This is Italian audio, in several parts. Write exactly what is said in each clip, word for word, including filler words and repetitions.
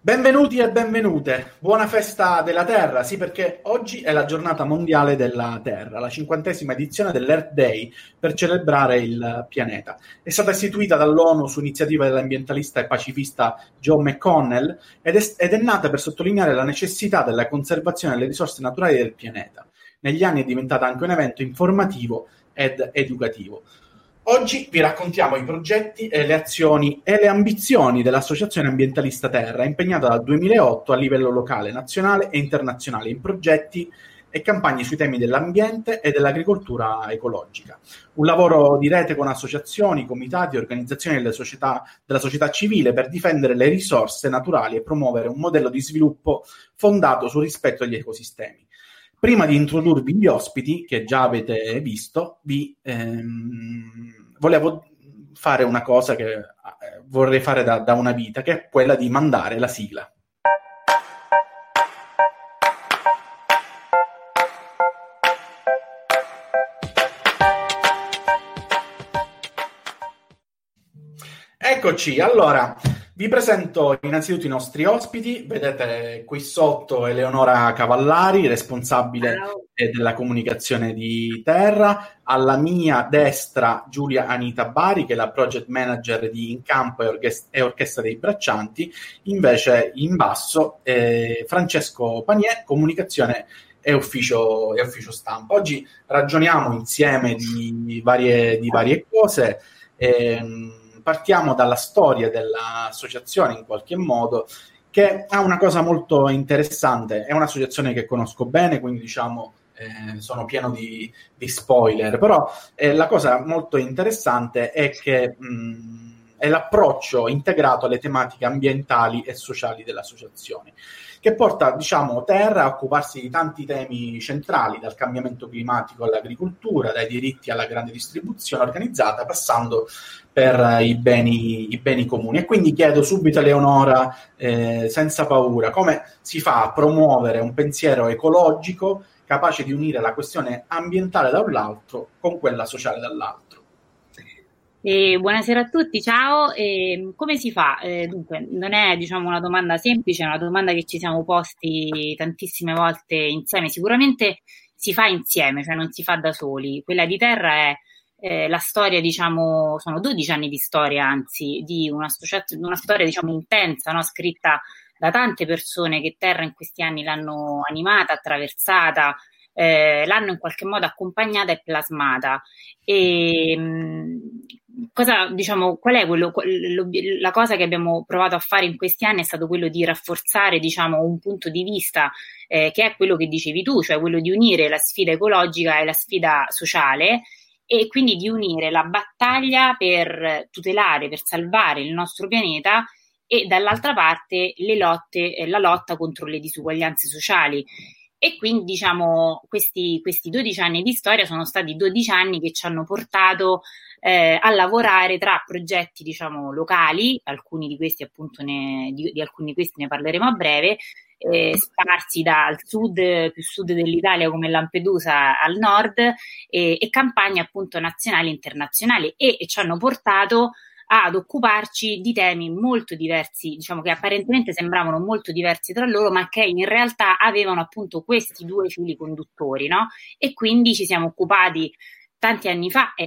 Benvenuti e benvenute, buona festa della Terra, sì, perché oggi è la giornata mondiale della Terra, la cinquantesima edizione dell'Earth Day per celebrare il pianeta. È stata istituita dall'ONU su iniziativa dell'ambientalista e pacifista Joe McConnell ed è, ed è nata per sottolineare la necessità della conservazione delle risorse naturali del pianeta. Negli anni è diventata anche un evento informativo ed educativo. Oggi vi raccontiamo i progetti e le azioni e le ambizioni dell'Associazione Ambientalista Terra, impegnata dal duemilaotto a livello locale, nazionale e internazionale in progetti e campagne sui temi dell'ambiente e dell'agricoltura ecologica. Un lavoro di rete con associazioni, comitati e organizzazioni delle società, della società civile per difendere le risorse naturali e promuovere un modello di sviluppo fondato sul rispetto degli ecosistemi. Prima di introdurvi gli ospiti, che già avete visto, vi ehm, volevo fare una cosa che eh, vorrei fare da, da una vita, che è quella di mandare la sigla. Eccoci, allora... Vi presento innanzitutto i nostri ospiti. Vedete qui sotto Eleonora Cavallari, responsabile Ciao. della comunicazione di Terra. Alla mia destra Giulia Anita Bari, che è la project manager di Incampo e, Orches- e Orchestra dei Braccianti. Invece in basso eh, Francesco Panier, comunicazione e ufficio, e ufficio stampa. Oggi ragioniamo insieme di varie, di varie cose. Ehm, Partiamo dalla storia dell'associazione in qualche modo, che ha una cosa molto interessante. È un'associazione che conosco bene, quindi diciamo eh, sono pieno di, di spoiler, però eh, la cosa molto interessante è che mh, è l'approccio integrato alle tematiche ambientali e sociali dell'associazione, che porta, diciamo, Terra a occuparsi di tanti temi centrali, dal cambiamento climatico all'agricoltura, dai diritti alla grande distribuzione organizzata, passando per i beni, i beni comuni. E quindi chiedo subito a Eleonora, eh, senza paura, come si fa a promuovere un pensiero ecologico capace di unire la questione ambientale da un lato con quella sociale dall'altro. E buonasera a tutti, ciao. E come si fa? Eh, dunque, non è, diciamo, una domanda semplice, è una domanda che ci siamo posti tantissime volte insieme. Sicuramente si fa insieme, cioè non si fa da soli. Quella di Terra è eh, la storia, diciamo, sono dodici anni di storia, anzi, di una, una storia, diciamo, intensa, no? Scritta da tante persone che Terra in questi anni l'hanno animata, attraversata, eh, l'hanno in qualche modo accompagnata e plasmata. E mh, cosa, diciamo, qual è quello, la cosa che abbiamo provato a fare in questi anni è stato quello di rafforzare, diciamo, un punto di vista eh, che è quello che dicevi tu, cioè quello di unire la sfida ecologica e la sfida sociale, e quindi di unire la battaglia per tutelare, per salvare il nostro pianeta e dall'altra parte le lotte, eh, la lotta contro le disuguaglianze sociali. E quindi, diciamo, questi, questi dodici anni di storia sono stati dodici anni che ci hanno portato eh, a lavorare tra progetti, diciamo, locali, alcuni di questi appunto ne, di, di alcuni di questi ne parleremo a breve, eh, sparsi dal sud, più sud dell'Italia come Lampedusa al nord, eh, e campagne appunto nazionali e internazionali, e, e ci hanno portato ad occuparci di temi molto diversi, diciamo che apparentemente sembravano molto diversi tra loro, ma che in realtà avevano appunto questi due fili conduttori, no? E quindi ci siamo occupati tanti anni fa e,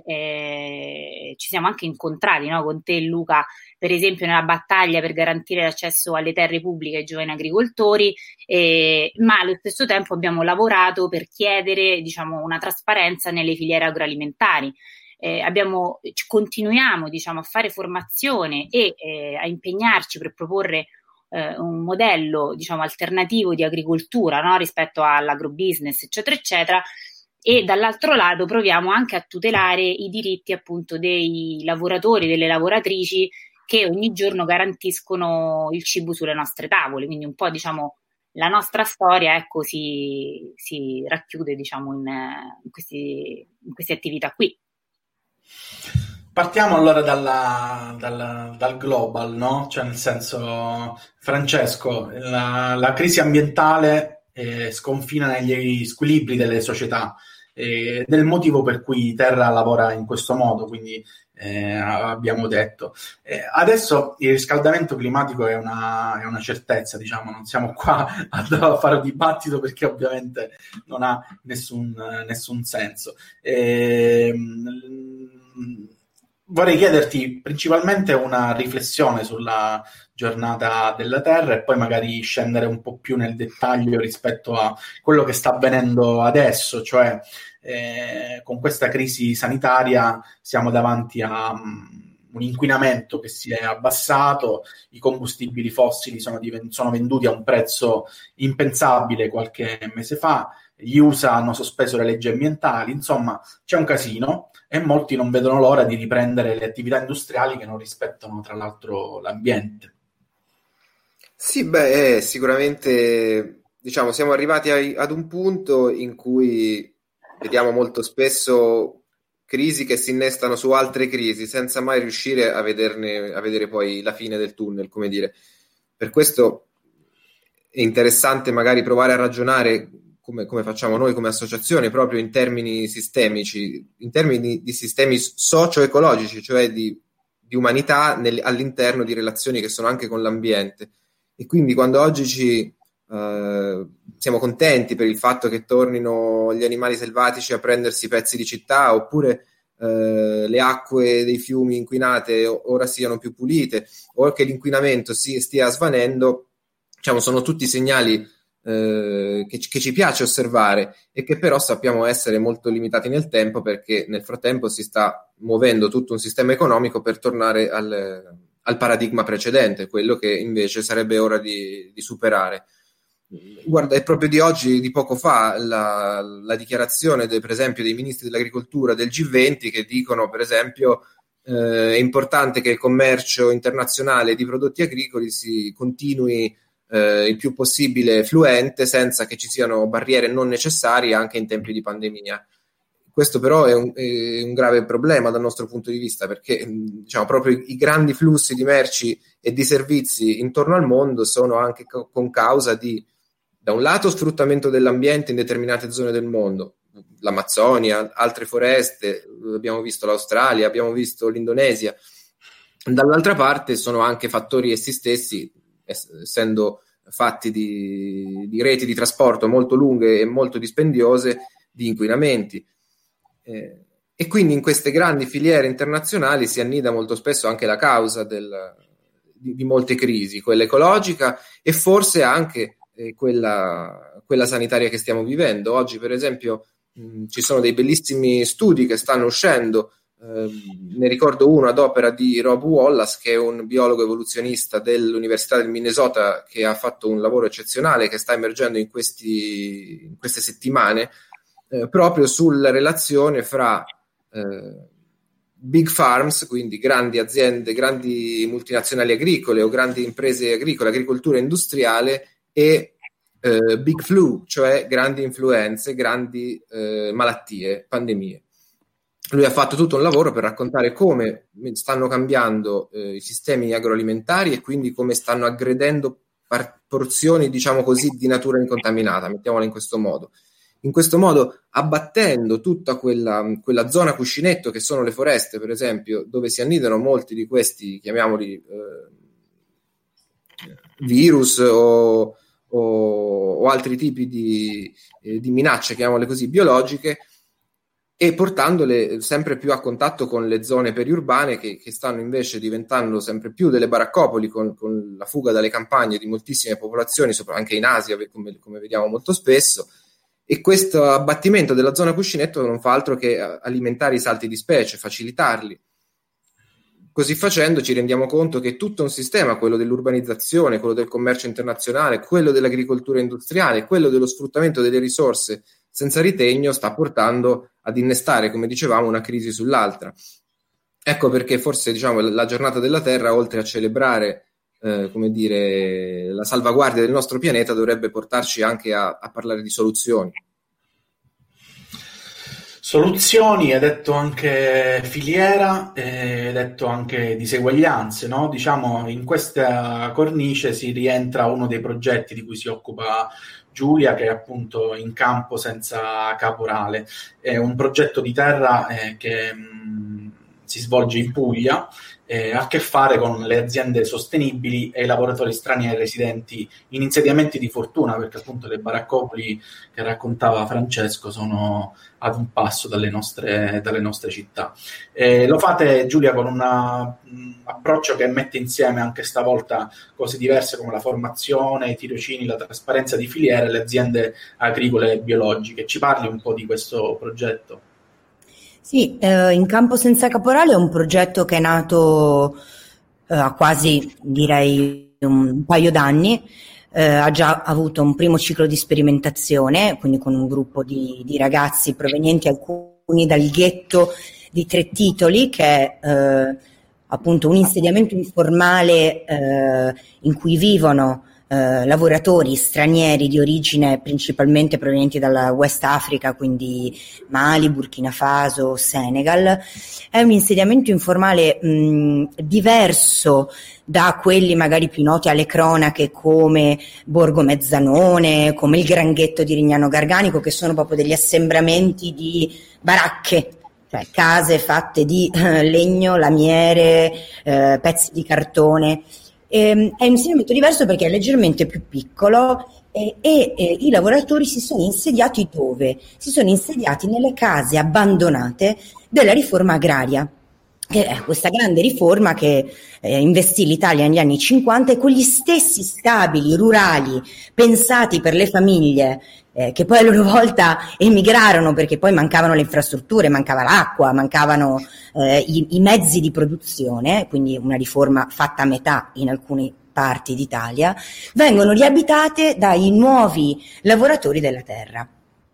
e ci siamo anche incontrati, no? Con te, Luca, per esempio nella battaglia per garantire l'accesso alle terre pubbliche ai giovani agricoltori, eh, ma allo stesso tempo abbiamo lavorato per chiedere, diciamo, una trasparenza nelle filiere agroalimentari. Eh, abbiamo, continuiamo, diciamo, a fare formazione e eh, a impegnarci per proporre eh, un modello, diciamo, alternativo di agricoltura, no? Rispetto all'agrobusiness, eccetera, eccetera. E dall'altro lato proviamo anche a tutelare i diritti appunto dei lavoratori, delle lavoratrici che ogni giorno garantiscono il cibo sulle nostre tavole. Quindi un po', diciamo, la nostra storia, ecco, si, si racchiude, diciamo, in, in, questi, in queste attività qui. Partiamo allora dalla, dal, dal global, no? Cioè, nel senso, Francesco, la, la crisi ambientale eh, sconfina negli squilibri delle società, eh, del motivo per cui Terra lavora in questo modo, quindi eh, abbiamo detto. Eh, adesso il riscaldamento climatico è una, è una certezza, diciamo, non siamo qua a fare un dibattito perché ovviamente non ha nessun, nessun senso. Eh, vorrei chiederti principalmente una riflessione sulla giornata della Terra e poi magari scendere un po' più nel dettaglio rispetto a quello che sta avvenendo adesso, cioè eh, con questa crisi sanitaria siamo davanti a um, un inquinamento che si è abbassato, i combustibili fossili sono, diven- sono venduti a un prezzo impensabile qualche mese fa, gli U S A hanno sospeso le leggi ambientali, insomma c'è un casino e molti non vedono l'ora di riprendere le attività industriali che non rispettano tra l'altro l'ambiente. Sì, beh, eh, sicuramente diciamo siamo arrivati a, ad un punto in cui vediamo molto spesso crisi che si innestano su altre crisi senza mai riuscire a vederne, a vedere poi la fine del tunnel, come dire. Per questo è interessante magari provare a ragionare come, come facciamo noi come associazione, proprio in termini sistemici, in termini di sistemi socio-ecologici, cioè di, di umanità nel, all'interno di relazioni che sono anche con l'ambiente. E quindi quando oggi ci uh, siamo contenti per il fatto che tornino gli animali selvatici a prendersi pezzi di città, oppure uh, le acque dei fiumi inquinate ora siano più pulite, o che l'inquinamento si stia svanendo, diciamo, sono tutti segnali uh, che, che ci piace osservare e che però sappiamo essere molto limitati nel tempo, perché nel frattempo si sta muovendo tutto un sistema economico per tornare al al paradigma precedente, quello che invece sarebbe ora di, di superare. Guarda, è proprio di oggi, di poco fa, la, la dichiarazione, de, per esempio, dei ministri dell'agricoltura del G venti che dicono, per esempio, eh, è importante che il commercio internazionale di prodotti agricoli si continui eh, il più possibile fluente, senza che ci siano barriere non necessarie anche in tempi di pandemia. Questo però è un, è un grave problema dal nostro punto di vista, perché diciamo proprio i, i grandi flussi di merci e di servizi intorno al mondo sono anche co- con causa di, da un lato, sfruttamento dell'ambiente in determinate zone del mondo, l'Amazzonia, altre foreste, abbiamo visto l'Australia, abbiamo visto l'Indonesia. Dall'altra parte sono anche fattori essi stessi, essendo fatti di, di reti di trasporto molto lunghe e molto dispendiose, di inquinamenti. Eh, e quindi in queste grandi filiere internazionali si annida molto spesso anche la causa del, di, di molte crisi, quella ecologica e forse anche eh, quella, quella sanitaria che stiamo vivendo. Oggi, per esempio, mh, ci sono dei bellissimi studi che stanno uscendo, eh, ne ricordo uno ad opera di Rob Wallace, che è un biologo evoluzionista dell'Università del Minnesota, che ha fatto un lavoro eccezionale che sta emergendo in, questi, in queste settimane, Eh, proprio sulla relazione fra eh, big farms, quindi grandi aziende, grandi multinazionali agricole o grandi imprese agricole, agricoltura industriale, e eh, big flu, cioè grandi influenze, grandi eh, malattie, pandemie. Lui ha fatto tutto un lavoro per raccontare come stanno cambiando eh, i sistemi agroalimentari e quindi come stanno aggredendo par- porzioni, diciamo così, di natura incontaminata, mettiamola in questo modo. In questo modo abbattendo tutta quella, quella zona cuscinetto che sono le foreste, per esempio, dove si annidano molti di questi, chiamiamoli eh, virus o, o, o altri tipi di, eh, di minacce, chiamiamole così, biologiche, e portandole sempre più a contatto con le zone periurbane che, che stanno invece diventando sempre più delle baraccopoli, con, con la fuga dalle campagne di moltissime popolazioni, anche in Asia, come, come vediamo molto spesso. E questo abbattimento della zona cuscinetto non fa altro che alimentare i salti di specie, facilitarli. Così facendo ci rendiamo conto che tutto un sistema, quello dell'urbanizzazione, quello del commercio internazionale, quello dell'agricoltura industriale, quello dello sfruttamento delle risorse senza ritegno, sta portando ad innestare, come dicevamo, una crisi sull'altra. Ecco perché forse, diciamo, la giornata della Terra, oltre a celebrare Eh, come dire, la salvaguardia del nostro pianeta, dovrebbe portarci anche a, a parlare di soluzioni. Soluzioni, hai detto anche filiera, hai detto anche diseguaglianze, no? Diciamo, in questa cornice si rientra uno dei progetti di cui si occupa Giulia, che è appunto In campo senza caporale. È un progetto di terra eh, che mh, si svolge in Puglia, eh, ha a che fare con le aziende sostenibili e i lavoratori stranieri residenti in insediamenti di fortuna, perché appunto le baraccopoli che raccontava Francesco sono ad un passo dalle nostre, dalle nostre città. Eh, lo fate, Giulia, con un approccio che mette insieme anche stavolta cose diverse come la formazione, i tirocini, la trasparenza di filiere e le aziende agricole biologiche. Ci parli un po' di questo progetto? Sì, eh, In Campo Senza Caporale è un progetto che è nato eh, a quasi, direi, un paio d'anni. Eh, ha già avuto un primo ciclo di sperimentazione, quindi con un gruppo di, di ragazzi provenienti alcuni dal ghetto di Tre Titoli, che è eh, appunto un insediamento informale eh, in cui vivono eh, lavoratori stranieri di origine principalmente provenienti dalla West Africa, quindi Mali, Burkina Faso, Senegal. È un insediamento informale mh, diverso da quelli magari più noti alle cronache come Borgo Mezzanone, come il Granghetto di Rignano Garganico, che sono proprio degli assembramenti di baracche, cioè case fatte di eh, legno, lamiere, eh, pezzi di cartone. E, è un insegnamento diverso perché è leggermente più piccolo e, e, e i lavoratori si sono insediati dove? Si sono insediati nelle case abbandonate della riforma agraria, che è questa grande riforma che eh, investì l'Italia negli anni cinquanta, e quegli stessi stabili rurali pensati per le famiglie eh, che poi a loro volta emigrarono perché poi mancavano le infrastrutture, mancava l'acqua, mancavano eh, i, i mezzi di produzione, quindi una riforma fatta a metà in alcune parti d'Italia, vengono riabitate dai nuovi lavoratori della terra,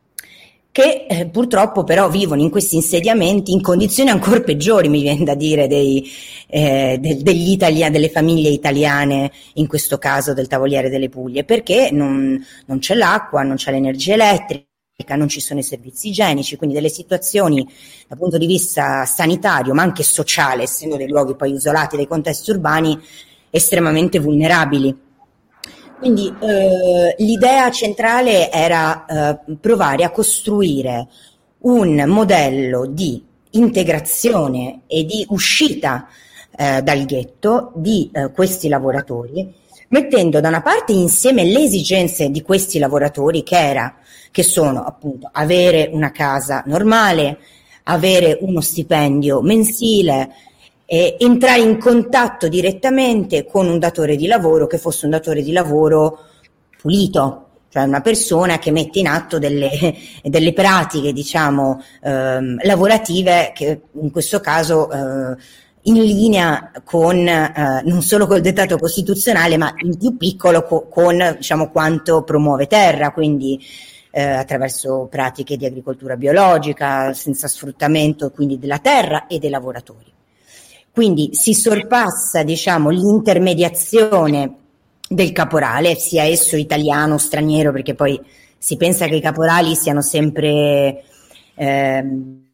che eh, purtroppo però vivono in questi insediamenti in condizioni ancora peggiori, mi viene da dire, dei, eh, de, degli italia, delle famiglie italiane, in questo caso del Tavoliere delle Puglie, perché non, non c'è l'acqua, non c'è l'energia elettrica, non ci sono i servizi igienici, quindi delle situazioni dal punto di vista sanitario, ma anche sociale, essendo dei luoghi poi isolati dai contesti urbani, estremamente vulnerabili. Quindi eh, l'idea centrale era eh, provare a costruire un modello di integrazione e di uscita eh, dal ghetto di eh, questi lavoratori, mettendo da una parte insieme le esigenze di questi lavoratori, che era, che sono appunto avere una casa normale, avere uno stipendio mensile, e entrare in contatto direttamente con un datore di lavoro che fosse un datore di lavoro pulito, cioè una persona che mette in atto delle, delle pratiche, diciamo, ehm, lavorative che in questo caso eh, in linea con eh, non solo col dettato costituzionale, ma in più piccolo co- con diciamo quanto promuove Terra, quindi eh, attraverso pratiche di agricoltura biologica, senza sfruttamento quindi della terra e dei lavoratori. Quindi si sorpassa, diciamo, l'intermediazione del caporale, sia esso italiano o straniero, perché poi si pensa che i caporali siano sempre eh,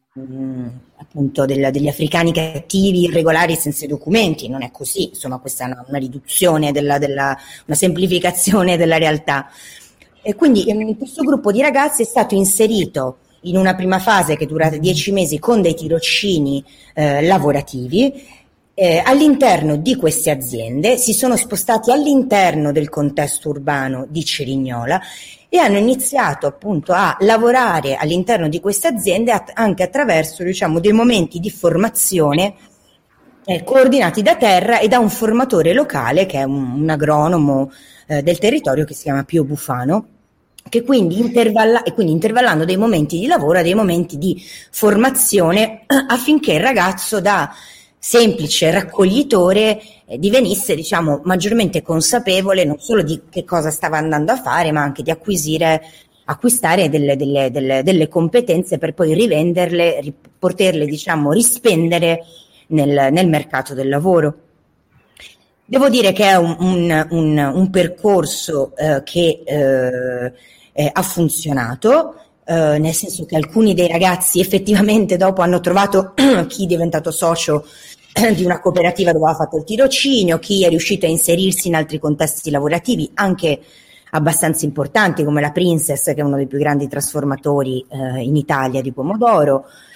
appunto del, degli africani cattivi, irregolari, senza documenti. Non è così, insomma, questa è una, una riduzione, della, della, una semplificazione della realtà. E quindi eh, questo gruppo di ragazzi è stato inserito in una prima fase che è durata dieci mesi con dei tirocini eh, lavorativi eh, all'interno di queste aziende, si sono spostati all'interno del contesto urbano di Cerignola e hanno iniziato appunto a lavorare all'interno di queste aziende at- anche attraverso, diciamo, dei momenti di formazione eh, coordinati da terra e da un formatore locale che è un, un agronomo eh, del territorio che si chiama Pio Bufano, che quindi, intervalla, e quindi intervallando dei momenti di lavoro a dei momenti di formazione affinché il ragazzo da semplice raccoglitore eh, divenisse, diciamo, maggiormente consapevole non solo di che cosa stava andando a fare, ma anche di acquisire acquistare delle, delle, delle, delle competenze per poi rivenderle, ri, poterle, diciamo, rispendere nel, nel mercato del lavoro. Devo dire che è un, un, un, un percorso eh, che eh, eh, ha funzionato, eh, nel senso che alcuni dei ragazzi effettivamente dopo hanno trovato chi è diventato socio eh, di una cooperativa dove aveva fatto il tirocinio, chi è riuscito a inserirsi in altri contesti lavorativi anche abbastanza importanti come la Princess, che è uno dei più grandi trasformatori eh, in Italia di pomodoro.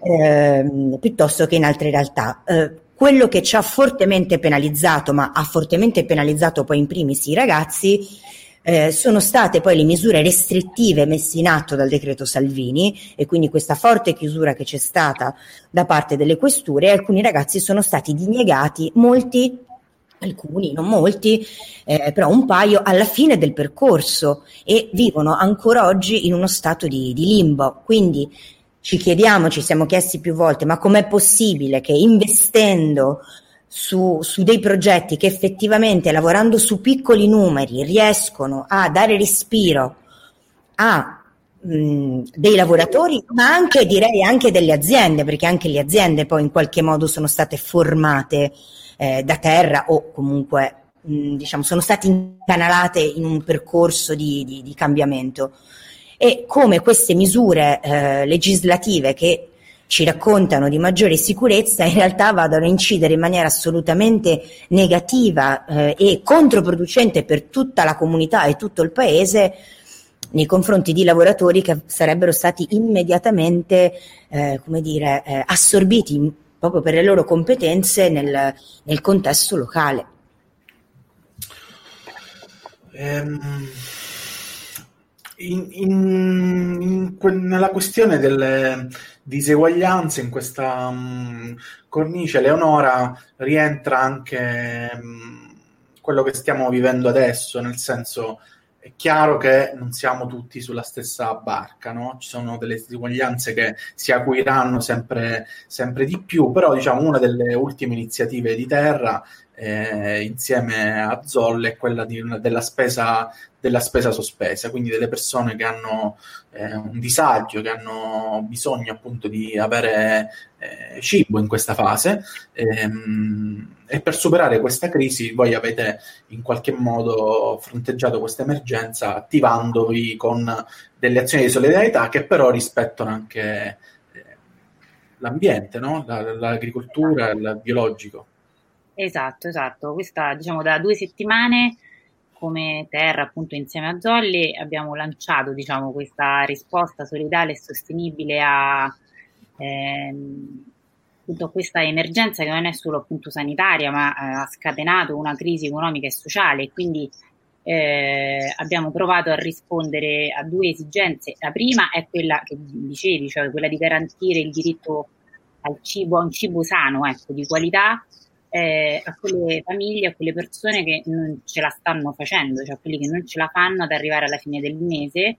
eh, piuttosto che in altre realtà. Eh, quello che ci ha fortemente penalizzato, ma ha fortemente penalizzato poi in primis i ragazzi, eh, sono state poi le misure restrittive messe in atto dal decreto Salvini, e quindi questa forte chiusura che c'è stata da parte delle questure. Alcuni ragazzi sono stati diniegati, molti, alcuni, non molti, eh, però un paio, alla fine del percorso, e vivono ancora oggi in uno stato di, di limbo. Quindi ci chiediamo, ci siamo chiesti più volte, ma com'è possibile che investendo su, su dei progetti che effettivamente, lavorando su piccoli numeri, riescono a dare respiro a mh, dei lavoratori, ma anche, direi, anche delle aziende, perché anche le aziende poi in qualche modo sono state formate eh, da terra, o comunque mh, diciamo sono state incanalate in un percorso di, di, di cambiamento. E come queste misure eh, legislative che ci raccontano di maggiore sicurezza in realtà vadano a incidere in maniera assolutamente negativa eh, e controproducente per tutta la comunità e tutto il paese nei confronti di lavoratori che sarebbero stati immediatamente eh, come dire, eh, assorbiti proprio per le loro competenze nel, nel contesto locale. Um... In, in, in que, nella questione delle diseguaglianze, in questa um, cornice, Leonora, rientra anche um, quello che stiamo vivendo adesso, nel senso, è chiaro che non siamo tutti sulla stessa barca, no? Ci sono delle diseguaglianze che si acuiranno sempre, sempre di più, però diciamo una delle ultime iniziative di Terra eh, insieme a Zolle è quella di una, della spesa della spesa sospesa, quindi delle persone che hanno eh, un disagio, che hanno bisogno appunto di avere eh, cibo in questa fase, ehm, e per superare questa crisi voi avete in qualche modo fronteggiato questa emergenza attivandovi con delle azioni di solidarietà che però rispettano anche eh, l'ambiente, no? La, l'agricoltura, il biologico. Esatto, esatto. Questa, diciamo, da due settimane come Terra, appunto insieme a Zolli, abbiamo lanciato, diciamo, questa risposta solidale e sostenibile a ehm, appunto questa emergenza che non è solo appunto sanitaria, ma eh, ha scatenato una crisi economica e sociale. Quindi eh, abbiamo provato a rispondere a due esigenze. La prima è quella che dicevi, cioè quella di garantire il diritto al cibo, a un cibo sano, ecco, di qualità, Eh, a quelle famiglie, a quelle persone che non ce la stanno facendo, cioè quelli che non ce la fanno ad arrivare alla fine del mese.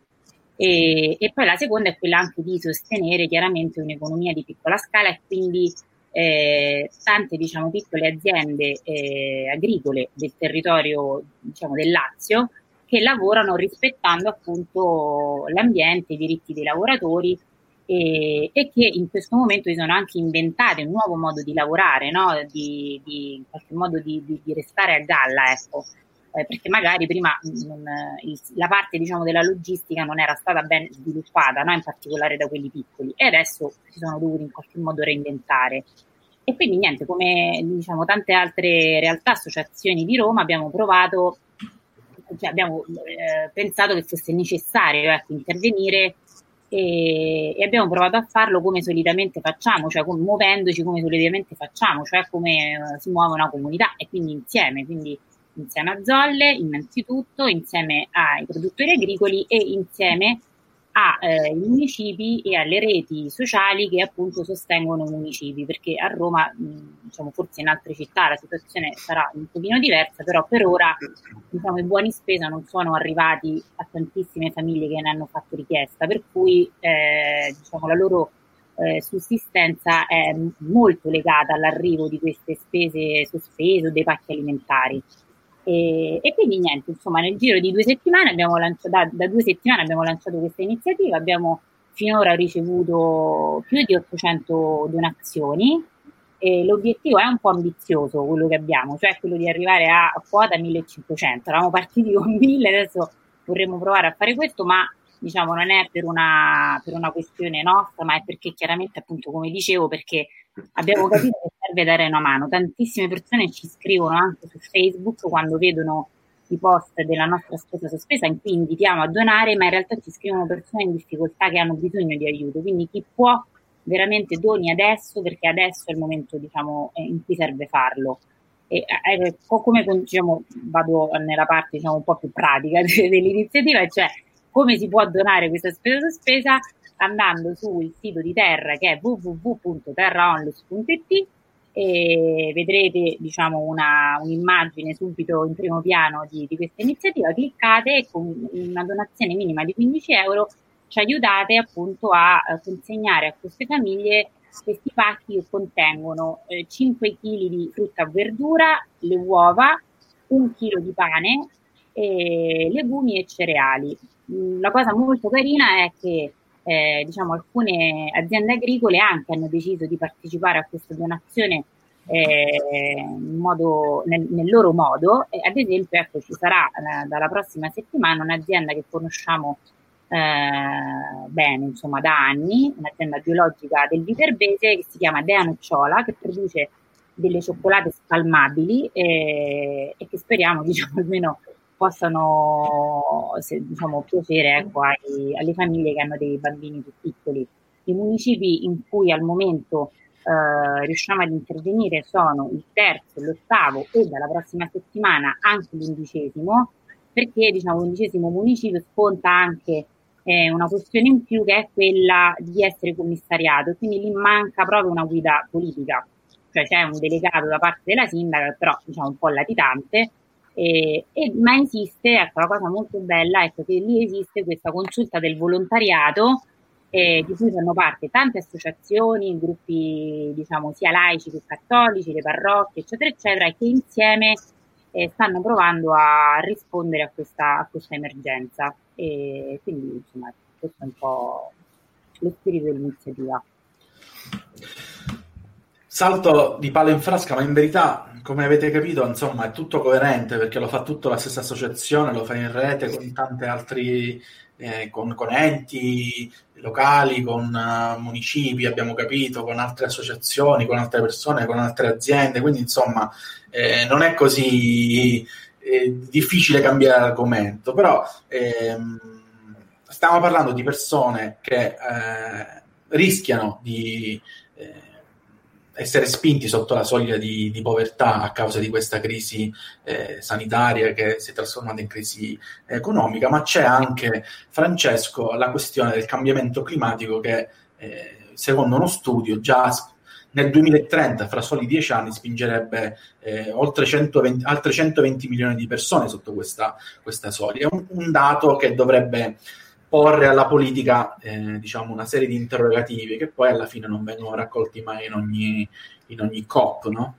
E, e poi la seconda è quella anche di sostenere chiaramente un'economia di piccola scala e quindi eh, tante, diciamo, piccole aziende eh, agricole del territorio, diciamo, del Lazio, che lavorano rispettando appunto l'ambiente, i diritti dei lavoratori. E, e che in questo momento si sono anche inventate un nuovo modo di lavorare, no? di, di in qualche modo di, di, di restare a galla, ecco, eh, perché magari prima non, il, la parte, diciamo, della logistica non era stata ben sviluppata, no? In particolare da quelli piccoli, e adesso si sono dovuti in qualche modo reinventare. E quindi niente, come diciamo tante altre realtà, associazioni di Roma, abbiamo provato, cioè abbiamo eh, pensato che fosse necessario, ecco, intervenire. E, e abbiamo provato a farlo come solitamente facciamo, cioè com- muovendoci come solitamente facciamo, cioè come uh, si muove una comunità, e quindi insieme, quindi insieme a Zolle innanzitutto, insieme ai produttori agricoli e insieme ai eh, municipi e alle reti sociali che appunto sostengono i municipi, perché a Roma, mh, diciamo, forse in altre città la situazione sarà un pochino diversa, però per ora, diciamo, i buoni spesa non sono arrivati a tantissime famiglie che ne hanno fatto richiesta, per cui eh, diciamo la loro eh, sussistenza è molto legata all'arrivo di queste spese sospese o dei pacchi alimentari. E, e quindi niente, insomma, nel giro di due settimane abbiamo lanciato, da, da due settimane abbiamo lanciato questa iniziativa, abbiamo finora ricevuto più di ottocento donazioni e l'obiettivo è un po' ambizioso, quello che abbiamo, cioè quello di arrivare a, a quota millecinquecento. Eravamo partiti con mille, adesso vorremmo provare a fare questo, ma diciamo non è per una, per una questione nostra, ma è perché chiaramente, appunto, come dicevo, perché abbiamo capito che serve dare una mano. Tantissime persone ci scrivono anche su Facebook quando vedono i post della nostra spesa sospesa in cui invitiamo a donare, ma in realtà ci scrivono persone in difficoltà che hanno bisogno di aiuto, quindi chi può veramente doni adesso, perché adesso è il momento, diciamo, in cui serve farlo. E eh, come, diciamo, vado nella parte, diciamo, un po' più pratica dell'iniziativa, cioè come si può donare questa spesa sospesa andando sul sito di Terra, che è w w w punto terra onlus punto i t, e vedrete, diciamo, una, un'immagine subito in primo piano di, di questa iniziativa. Cliccate e con una donazione minima di quindici euro ci aiutate appunto a, a consegnare a queste famiglie questi pacchi che contengono eh, cinque chili di frutta e verdura, le uova, un chilo di pane, eh, legumi e cereali. La cosa molto carina è che eh, diciamo, alcune aziende agricole anche hanno deciso di partecipare a questa donazione eh, in modo, nel, nel loro modo. E ad esempio, ecco, ci sarà eh, dalla prossima settimana un'azienda che conosciamo Eh, bene, insomma, da anni, un'azienda biologica del Viterbese che si chiama Dea Nocciola, che produce delle cioccolate spalmabili e, e che speriamo, diciamo, almeno possano, se, diciamo, piacere, ecco, ai, alle famiglie che hanno dei bambini più piccoli. I municipi in cui al momento eh, riusciamo ad intervenire sono il terzo, l'ottavo e dalla prossima settimana anche l'undicesimo, perché, diciamo, l'undicesimo municipio sconta anche eh, una questione in più, che è quella di essere commissariato, quindi lì manca proprio una guida politica, cioè c'è un delegato da parte della sindaca, però, diciamo, un po' latitante, e, e, ma esiste, ecco, la cosa molto bella è che lì esiste questa consulta del volontariato, eh, di cui fanno parte tante associazioni, gruppi, diciamo, sia laici che cattolici, le parrocchie, eccetera, eccetera, e che insieme eh, stanno provando a rispondere a questa, a questa emergenza. E quindi, insomma, questo è un po' lo spirito dell'iniziativa. Salto di palo in frasca, ma in verità, come avete capito, insomma, è tutto coerente, perché lo fa tutto la stessa associazione, lo fa in rete con tanti altri, eh, con, con enti locali, con uh, municipi, abbiamo capito, con altre associazioni, con altre persone, con altre aziende, quindi insomma eh, non è così eh, difficile cambiare argomento, però ehm, stiamo parlando di persone che eh, rischiano di eh, essere spinti sotto la soglia di, di povertà a causa di questa crisi eh, sanitaria che si è trasformata in crisi economica, ma c'è anche, Francesco, la questione del cambiamento climatico che eh, secondo uno studio già nel duemilatrenta, fra soli dieci anni, spingerebbe eh, oltre centoventi, altre centoventi milioni di persone sotto questa, questa soglia. È un, un dato che dovrebbe porre alla politica eh, diciamo una serie di interrogativi che poi alla fine non vengono raccolti mai in ogni, in ogni COP, no?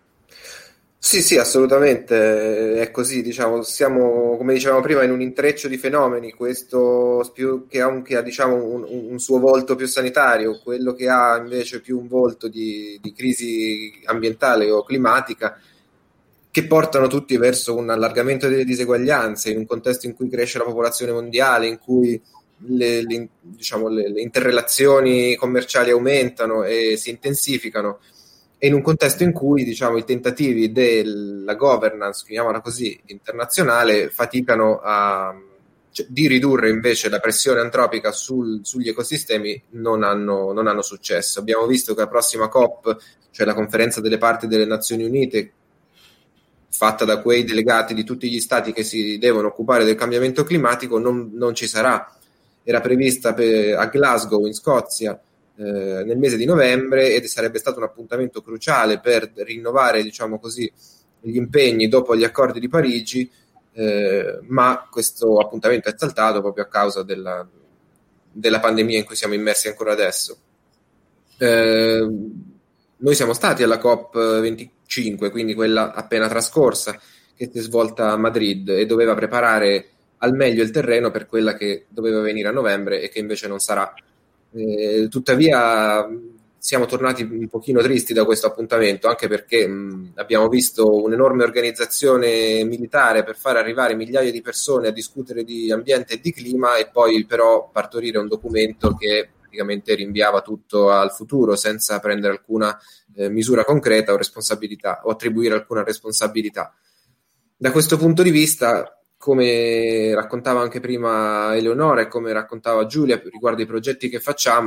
Sì, sì, assolutamente, è così, diciamo, siamo, come dicevamo prima, in un intreccio di fenomeni, questo più che anche ha, diciamo, un, un suo volto più sanitario, quello che ha invece più un volto di, di crisi ambientale o climatica, che portano tutti verso un allargamento delle diseguaglianze, in un contesto in cui cresce la popolazione mondiale, in cui le, le, diciamo, le, le interrelazioni commerciali aumentano e si intensificano, e in un contesto in cui, diciamo, i tentativi della governance, chiamiamola così, internazionale, faticano a, cioè, di ridurre invece la pressione antropica sul, sugli ecosistemi, non hanno, non hanno successo. Abbiamo visto che la prossima COP, cioè la conferenza delle parti delle Nazioni Unite, fatta da quei delegati di tutti gli stati che si devono occupare del cambiamento climatico, non, non ci sarà. Era prevista per, a Glasgow, in Scozia, eh, nel mese di novembre, ed sarebbe stato un appuntamento cruciale per rinnovare, diciamo così, gli impegni dopo gli accordi di Parigi, eh, ma questo appuntamento è saltato proprio a causa della, della pandemia in cui siamo immersi ancora adesso. Eh, noi siamo stati alla COP venticinque, quindi quella appena trascorsa, che si è svolta a Madrid e doveva preparare al meglio il terreno per quella che doveva venire a novembre e che invece non sarà. Eh, tuttavia siamo tornati un pochino tristi da questo appuntamento, anche perché mh, abbiamo visto un'enorme organizzazione militare per far arrivare migliaia di persone a discutere di ambiente e di clima, e poi però partorire un documento che praticamente rinviava tutto al futuro senza prendere alcuna eh, misura concreta o responsabilità o attribuire alcuna responsabilità. Da questo punto di vista, come raccontava anche prima Eleonora e come raccontava Giulia riguardo i progetti che facciamo,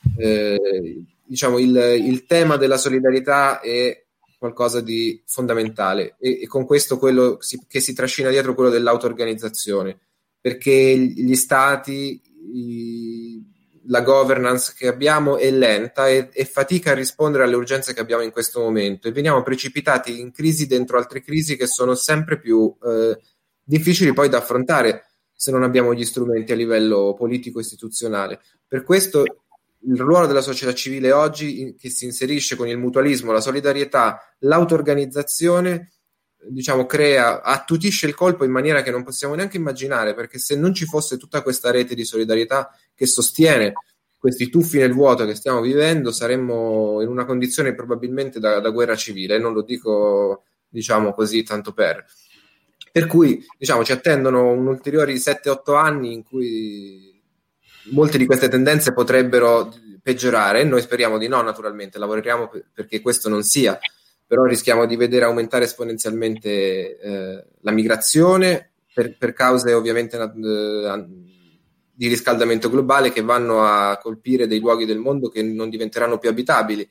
eh, diciamo il, il tema della solidarietà è qualcosa di fondamentale, e, e con questo quello si, che si trascina dietro quello dell'auto-organizzazione, perché gli stati, i, la governance che abbiamo è lenta e, e fatica a rispondere alle urgenze che abbiamo in questo momento, e veniamo precipitati in crisi dentro altre crisi che sono sempre più eh, difficili poi da affrontare se non abbiamo gli strumenti a livello politico-istituzionale. Per questo il ruolo della società civile oggi, che si inserisce con il mutualismo, la solidarietà, l'auto-organizzazione, diciamo, crea, attutisce il colpo in maniera che non possiamo neanche immaginare, perché se non ci fosse tutta questa rete di solidarietà che sostiene questi tuffi nel vuoto che stiamo vivendo, saremmo in una condizione probabilmente da, da guerra civile, e non lo dico, diciamo così, tanto per. Per cui, diciamo, ci attendono un ulteriori sette otto anni in cui molte di queste tendenze potrebbero peggiorare. Noi speriamo di no, naturalmente, lavoriamo per, perché questo non sia, però rischiamo di vedere aumentare esponenzialmente eh, la migrazione per, per cause ovviamente eh, di riscaldamento globale, che vanno a colpire dei luoghi del mondo che non diventeranno più abitabili.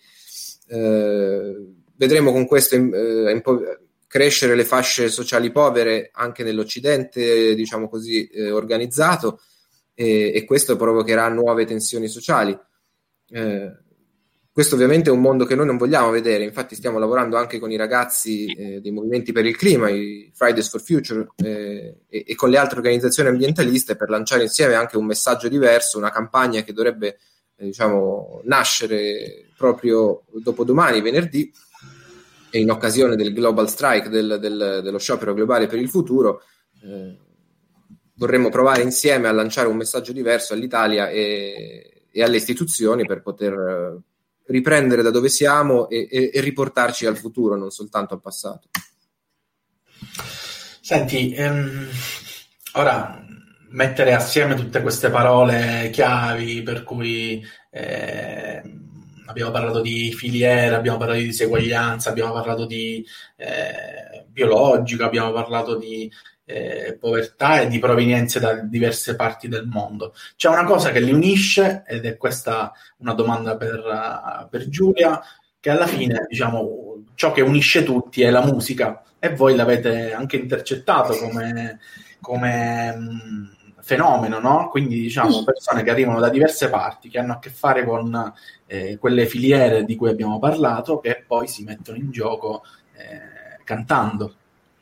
Eh, vedremo con questo eh, impo- crescere le fasce sociali povere anche nell'Occidente, diciamo così, eh, organizzato, e, e questo provocherà nuove tensioni sociali. Eh, questo ovviamente è un mondo che noi non vogliamo vedere, infatti stiamo lavorando anche con i ragazzi eh, dei movimenti per il clima, i Fridays for Future, eh, e, e con le altre organizzazioni ambientaliste, per lanciare insieme anche un messaggio diverso, una campagna che dovrebbe eh, diciamo nascere proprio dopodomani, venerdì, e in occasione del Global Strike, del, del, dello sciopero globale per il futuro. eh, Vorremmo provare insieme a lanciare un messaggio diverso all'Italia e, e alle istituzioni, per poter riprendere da dove siamo e, e, e riportarci al futuro, non soltanto al passato. Senti, ehm, ora mettere assieme tutte queste parole chiavi, per cui eh, abbiamo parlato di filiera, abbiamo parlato di diseguaglianza, abbiamo parlato di eh, biologico, abbiamo parlato di Eh, povertà e di provenienze da diverse parti del mondo. C'è una cosa che li unisce, ed è questa una domanda per, uh, per Giulia, che alla fine, diciamo, ciò che unisce tutti è la musica, e voi l'avete anche intercettato come, come mh, fenomeno, no? Quindi, diciamo, persone che arrivano da diverse parti, che hanno a che fare con eh, quelle filiere di cui abbiamo parlato, che poi si mettono in gioco eh, cantando.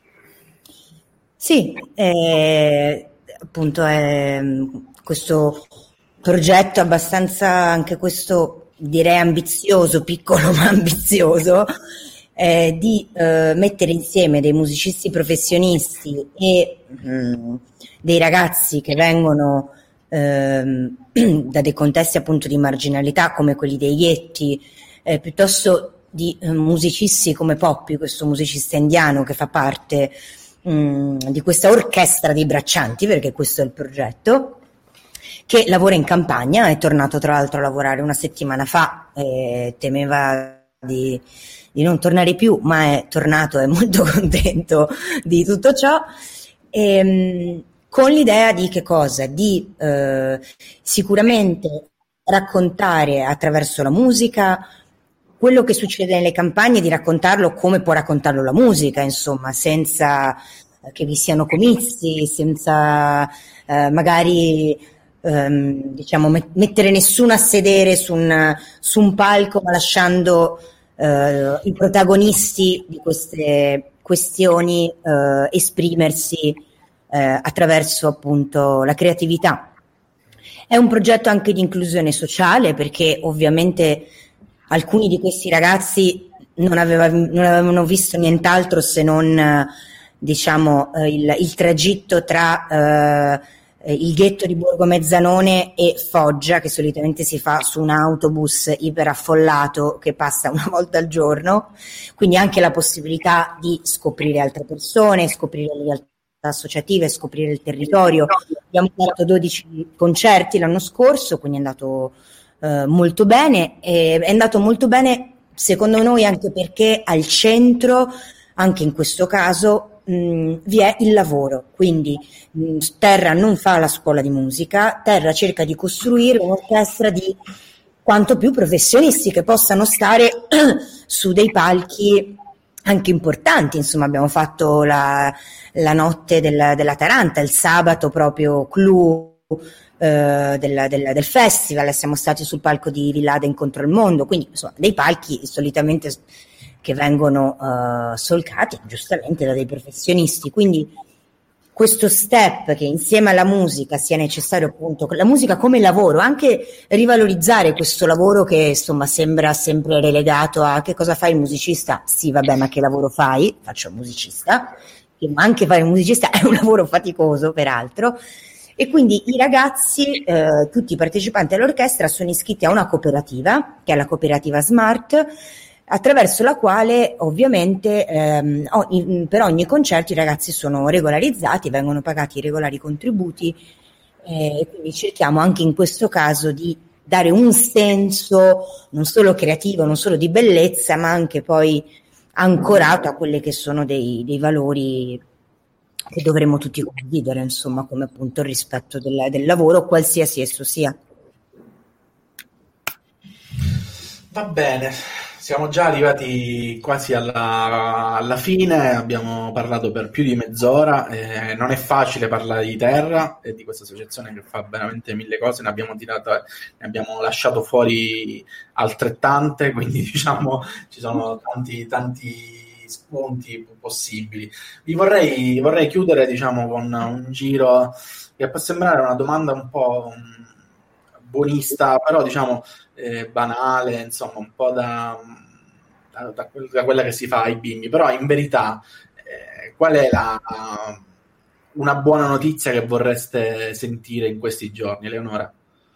Sì, eh, appunto è questo progetto abbastanza, anche questo direi ambizioso, piccolo ma ambizioso, eh, di eh, mettere insieme dei musicisti professionisti e mh, dei ragazzi che vengono eh, da dei contesti appunto di marginalità come quelli dei ghetti, eh, piuttosto di eh, musicisti come Poppy, questo musicista indiano che fa parte di questa orchestra dei braccianti, perché questo è il progetto, che lavora in campagna. È tornato tra l'altro a lavorare una settimana fa, e temeva di, di non tornare più, ma è tornato, è molto contento di tutto ciò, e, con l'idea di che cosa? Di eh, sicuramente raccontare attraverso la musica quello che succede nelle campagne, di raccontarlo come può raccontarlo la musica, insomma, senza che vi siano comizi, senza eh, magari ehm, diciamo met- mettere nessuno a sedere su un, su un palco, ma lasciando eh, i protagonisti di queste questioni eh, esprimersi eh, attraverso appunto la creatività. È un progetto anche di inclusione sociale, perché ovviamente alcuni di questi ragazzi non, aveva, non avevano visto nient'altro se non, diciamo, il, il tragitto tra eh, il ghetto di Borgo Mezzanone e Foggia, che solitamente si fa su un autobus iperaffollato che passa una volta al giorno, quindi anche la possibilità di scoprire altre persone, scoprire le realtà associative, scoprire il territorio. Abbiamo fatto dodici concerti l'anno scorso, quindi è andato Uh, molto bene, e è andato molto bene secondo noi anche perché al centro, anche in questo caso, mh, vi è il lavoro. Quindi mh, Terra non fa la scuola di musica, Terra cerca di costruire un'orchestra di quanto più professionisti che possano stare su dei palchi anche importanti. Insomma, abbiamo fatto la, la notte del, della Taranta, il sabato proprio clou eh, del, del, del festival, siamo stati sul palco di Villada Incontro al Mondo, quindi insomma dei palchi solitamente che vengono uh, solcati giustamente da dei professionisti, quindi questo step che insieme alla musica sia necessario, appunto, la musica come lavoro, anche rivalorizzare questo lavoro che insomma sembra sempre relegato a che cosa fa il musicista, sì vabbè ma che lavoro fai? Faccio il musicista, ma anche fare il musicista è un lavoro faticoso peraltro, e quindi i ragazzi, eh, tutti i partecipanti all'orchestra sono iscritti a una cooperativa, che è la cooperativa Smart, attraverso la quale ovviamente ehm, ogni, per ogni concerto i ragazzi sono regolarizzati, vengono pagati i regolari contributi, e quindi cerchiamo anche in questo caso di dare un senso non solo creativo, non solo di bellezza, ma anche poi ancorato a quelli che sono dei, dei valori che dovremmo tutti condividere, insomma, come appunto il rispetto del, del lavoro, qualsiasi esso sia. Va bene. Siamo già arrivati quasi alla, alla fine, abbiamo parlato per più di mezz'ora, eh, non è facile parlare di Terra e di questa associazione che fa veramente mille cose, ne abbiamo tirato, ne abbiamo lasciato fuori altrettante, quindi diciamo ci sono tanti, tanti spunti possibili. Vi vorrei, vorrei chiudere diciamo con un giro che può sembrare una domanda un po' buonista, però diciamo eh, banale, insomma un po' da, da, da, da quella che si fa ai bimbi, però in verità eh, qual è la, una buona notizia che vorreste sentire in questi giorni, Eleonora?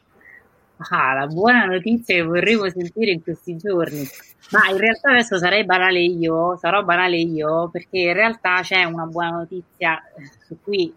Ah, la buona notizia che vorremmo sentire in questi giorni, ma in realtà adesso sarei banale io, sarò banale io, perché in realtà c'è una buona notizia su cui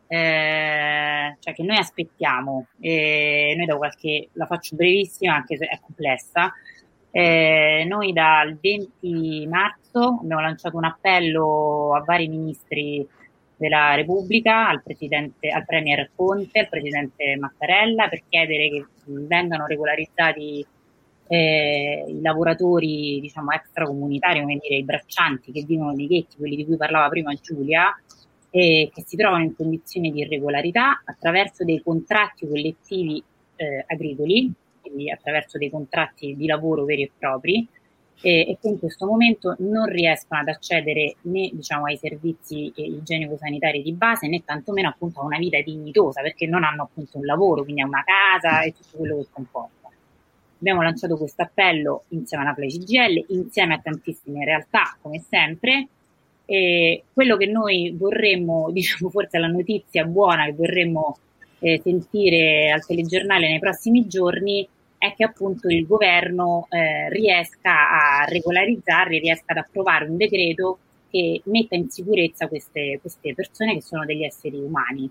Eh, cioè che noi aspettiamo, eh, noi da qualche, la faccio brevissima anche se è complessa, eh, noi dal venti marzo abbiamo lanciato un appello a vari ministri della Repubblica, al presidente, al premier Conte, al presidente Mattarella, per chiedere che vengano regolarizzati eh, i lavoratori diciamo extracomunitari, come dire i braccianti che vivono nei ghetti, quelli di cui parlava prima Giulia, e che si trovano in condizioni di irregolarità attraverso dei contratti collettivi eh, agricoli, quindi attraverso dei contratti di lavoro veri e propri, eh, e che in questo momento non riescono ad accedere né diciamo ai servizi eh, igienico-sanitari di base, né tantomeno appunto a una vita dignitosa, perché non hanno appunto un lavoro, quindi a una casa e tutto quello che comporta. Abbiamo lanciato questo appello insieme alla Play C G I L, insieme a tantissime realtà, come sempre. E quello che noi vorremmo, diciamo forse la notizia buona che vorremmo eh, sentire al telegiornale nei prossimi giorni è che appunto il governo eh, riesca a regolarizzare, riesca ad approvare un decreto che metta in sicurezza queste, queste persone che sono degli esseri umani.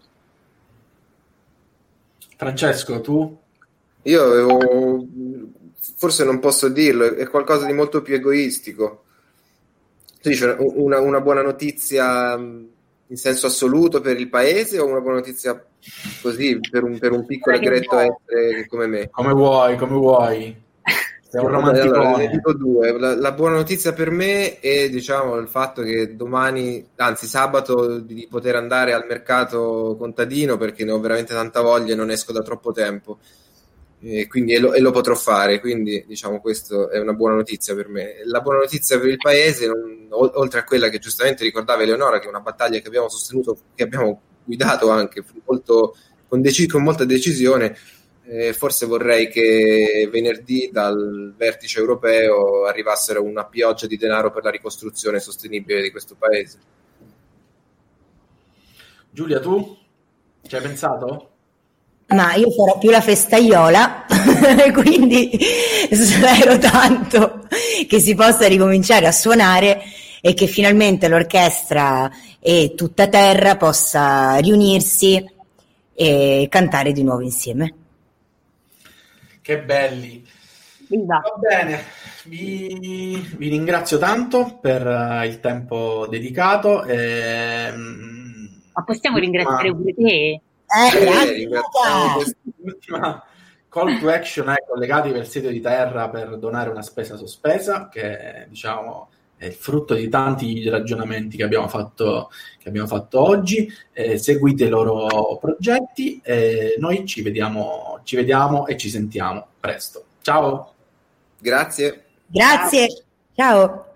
Francesco, tu? Io avevo, forse non posso dirlo, è qualcosa di molto più egoistico. Tu dici una, una buona notizia in senso assoluto per il paese o una buona notizia così per un, per un piccolo egretto essere come me? Come vuoi, come vuoi. Sei un romanticone. Allora, ne dico due. La, la buona notizia per me è diciamo il fatto che domani, anzi sabato, di poter andare al mercato contadino perché ne ho veramente tanta voglia e non esco da troppo tempo. E quindi e lo, e lo potrò fare, quindi diciamo questo è una buona notizia per me. La buona notizia per il paese, non, oltre a quella che giustamente ricordava Eleonora, che è una battaglia che abbiamo sostenuto, che abbiamo guidato anche molto, con, dec- con molta decisione, eh, forse vorrei che venerdì dal vertice europeo arrivassero una pioggia di denaro per la ricostruzione sostenibile di questo paese. Giulia, tu ci hai pensato? Ma io farò più la festaiola, quindi spero tanto che si possa ricominciare a suonare e che finalmente l'orchestra e tutta terra possa riunirsi e cantare di nuovo insieme. Che belli! Viva. Va bene, vi, vi ringrazio tanto per uh, il tempo dedicato. E, ma possiamo ringraziare pure te? Eh, l'ultima, call to action è collegatevi al sito di Terra per donare una spesa sospesa, che diciamo è il frutto di tanti ragionamenti che abbiamo fatto, che abbiamo fatto oggi. Eh, seguite i loro progetti e noi ci vediamo, ci vediamo e ci sentiamo presto. Ciao. Grazie. Grazie. Ciao.